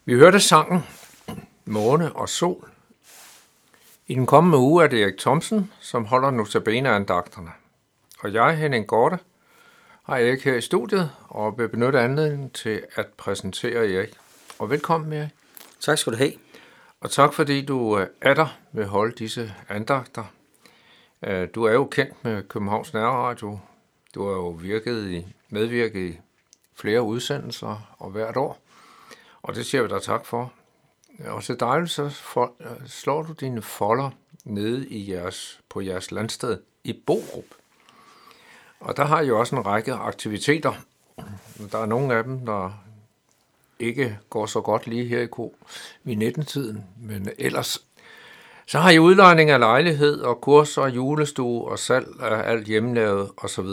Vi hørte sangen Måne og Sol. I den kommende uge er det Erik Thomsen, som holder notabene-andagterne. Og jeg, Henning Gorte, har Erik her i studiet og vil benytte anledningen til at præsentere Erik. Og velkommen, Erik. Tak skal du have. Og tak fordi du atter vil holde disse andagter. Du er jo kendt med Københavns Nærradio. Du har jo medvirket i flere udsendelser og hvert år. Og det siger vi dig tak for. Og så dejligt, så slår du dine folder nede på jeres landsted i Borup. Og der har I jo også en række aktiviteter. Der er nogle af dem, der ikke går så godt lige her i 19-tiden, men ellers. Så har I udlejning af lejlighed og kurser, julestue og salg af alt hjemmelavet osv.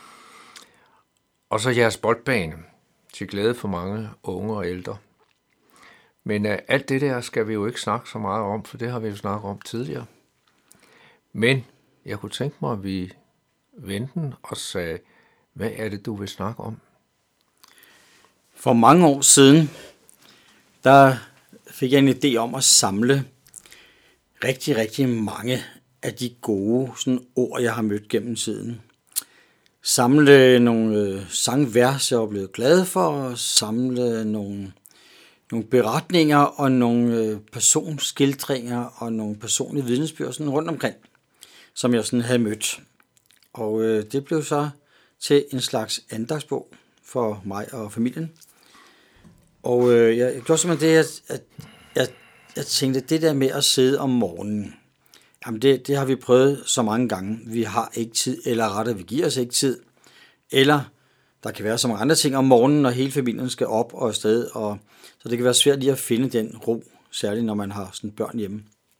Og så jeres boldbane til glæde for mange unge og ældre. Men alt det der skal vi jo ikke snakke så meget om, for det har vi jo snakket om tidligere. Men jeg kunne tænke mig, at vi vendte og sagde, hvad er det, du vil snakke om? For mange år siden, der fik jeg en idé om at samle rigtig, rigtig mange af de gode sådan, ord, jeg har mødt gennem tiden. Samle nogle sangvers, jeg er blevet glad for, og samle nogle beretninger og nogle personskildringer og nogle personlige vidnesbyrd sådan rundt omkring, som jeg sådan havde mødt. Og det blev så til en slags andagsbog for mig og familien. Og jeg gjorde simpelthen det, at jeg tænkte, det der med at sidde om morgenen, jamen det har vi prøvet så mange gange. Vi har ikke tid, eller rettere, vi giver os ikke tid. Eller der kan være så mange andre ting om morgenen, når hele familien skal op og afsted. Så det kan være svært lige at finde den ro, særligt når man har sådan børn hjemme.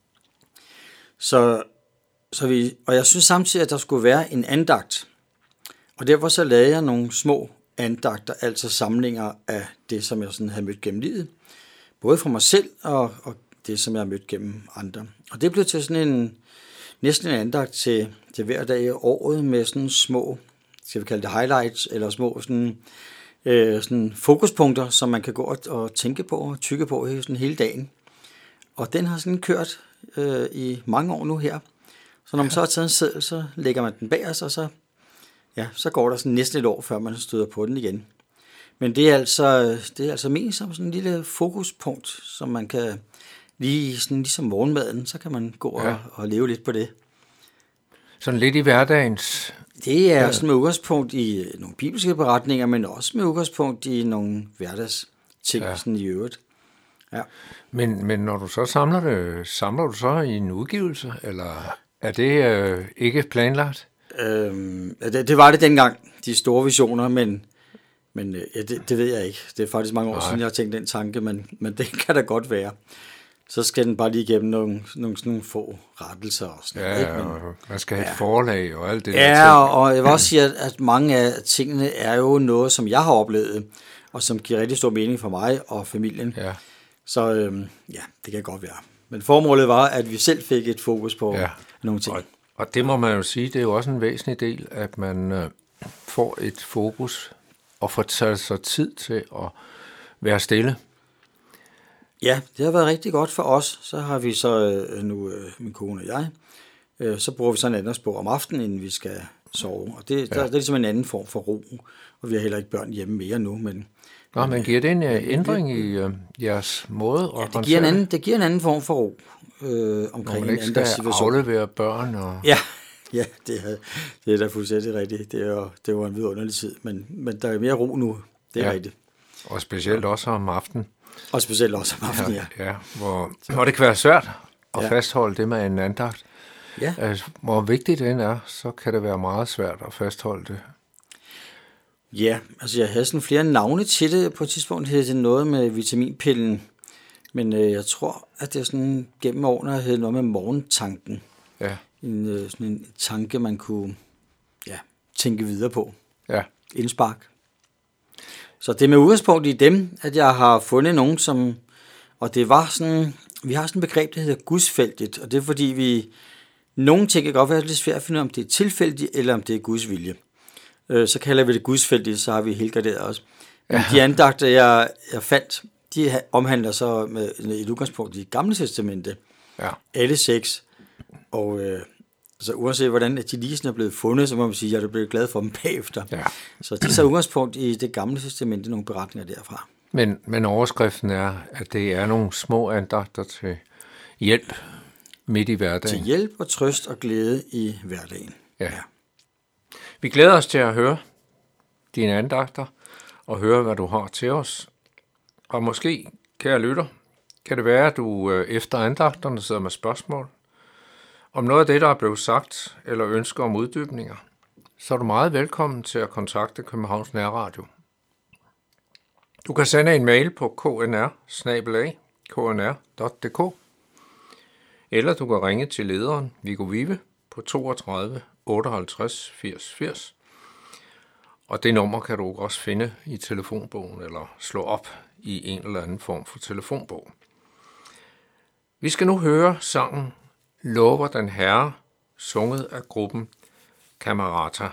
Og jeg synes samtidig, at der skulle være en andagt. Og derfor så lavede jeg nogle små andagter, altså samlinger af det, som jeg sådan havde mødt gennem livet. Både fra mig selv og det, som jeg har mødt gennem andre. Og det blev til sådan næsten en andagt til hver dag i året med sådan små, skal vi kalde det highlights, eller små sådan fokuspunkter, som man kan gå og tænke på og tygge på sådan hele dagen. Og den har sådan kørt i mange år nu her. Så når man så har taget en seddel, så lægger man den bag os, og så går der sådan næsten et år, før man støder på den igen. Men det er altså ment som sådan en lille fokuspunkt, som man kan lige sådan ligesom morgenmaden, så kan man gå og leve lidt på det. Sådan lidt i hverdagens. Det er sådan med udgangspunkt i nogle bibelske beretninger, men også med udgangspunkt i nogle hverdagsting sådan i øvrigt. Ja. Men når du så samler du så i en udgivelse, eller er det ikke planlagt? Det var det dengang, de store visioner, men det ved jeg ikke. Det er faktisk mange år siden, jeg har tænkt den tanke, men det kan da godt være. Så skal den bare lige igennem nogle få rettelser og sådan noget. Ja, og man skal have et forlag og alt det der. Ja, og jeg vil også sige, at mange af tingene er jo noget, som jeg har oplevet, og som giver rigtig stor mening for mig og familien. Ja. Så det kan godt være. Men formålet var, at vi selv fik et fokus på nogle ting. Og det må man jo sige, det er jo også en væsentlig del, at man får et fokus og får taget sig tid til at være stille. Ja, det har været rigtig godt for os. Så har vi så nu, min kone og jeg, så bruger vi så en andagsbog om aftenen, inden vi skal sove. Og det er ligesom en anden form for ro, og vi har heller ikke børn hjemme mere nu. Men giver det en ændring i jeres måde at håndtere det giver en anden form for ro omkring en anden situation. Hvor man ikke skal aflevere børn. Og Ja, det er da fuldstændig rigtigt. Det var en vidunderlig tid, men der er mere ro nu. Det er rigtigt. Og specielt også om aftenen. Og specielt også om aftenen, ja. Hvor det kan være svært at fastholde det med en andagt. Ja. Altså, hvor vigtigt den er, så kan det være meget svært at fastholde det. Ja, altså jeg havde sådan flere navne til det. På et tidspunkt hed det noget med vitaminpillen. Men jeg tror, at det er sådan gennem årene hed noget med morgentanken. Ja. Sådan en tanke, man kunne tænke videre på. Ja. Indspark. Så det er med udgangspunkt i dem, at jeg har fundet nogen, og det var sådan, vi har sådan et begreb, der hedder gudsfældigt, og det er fordi nogle ting kan godt være lidt svært at finde ud af, om det er tilfældigt, eller om det er Guds vilje. Så kalder vi det gudsfældigt, så har vi helt garderet også. Men de andagter, jeg fandt, de omhandler så med et udgangspunkt i det gamle testamente. Ja. Alle 6. Og så uanset hvordan de lige sådan er blevet fundet, så må man sige, at jeg er blevet glad for dem bagefter. Ja. Så de tager udgangspunkt i det gamle testamente, nogle beretninger derfra. Men overskriften er, at det er nogle små andagter til hjælp midt i hverdagen. Til hjælp og trøst og glæde i hverdagen. Ja. Vi glæder os til at høre dine andagter og høre, hvad du har til os. Og måske, kære lytter, kan det være, at du efter andagterne sidder med spørgsmål om noget af det, der er blevet sagt, eller ønsker om uddybninger, så er du meget velkommen til at kontakte Københavns Nærradio. Du kan sende en mail på knr@knr.dk, eller du kan ringe til lederen Viggo Vive på 32 58 80 80. Og det nummer kan du også finde i telefonbogen, eller slå op i en eller anden form for telefonbog. Vi skal nu høre sangen Lover den Herre, sunget af gruppen Camerata.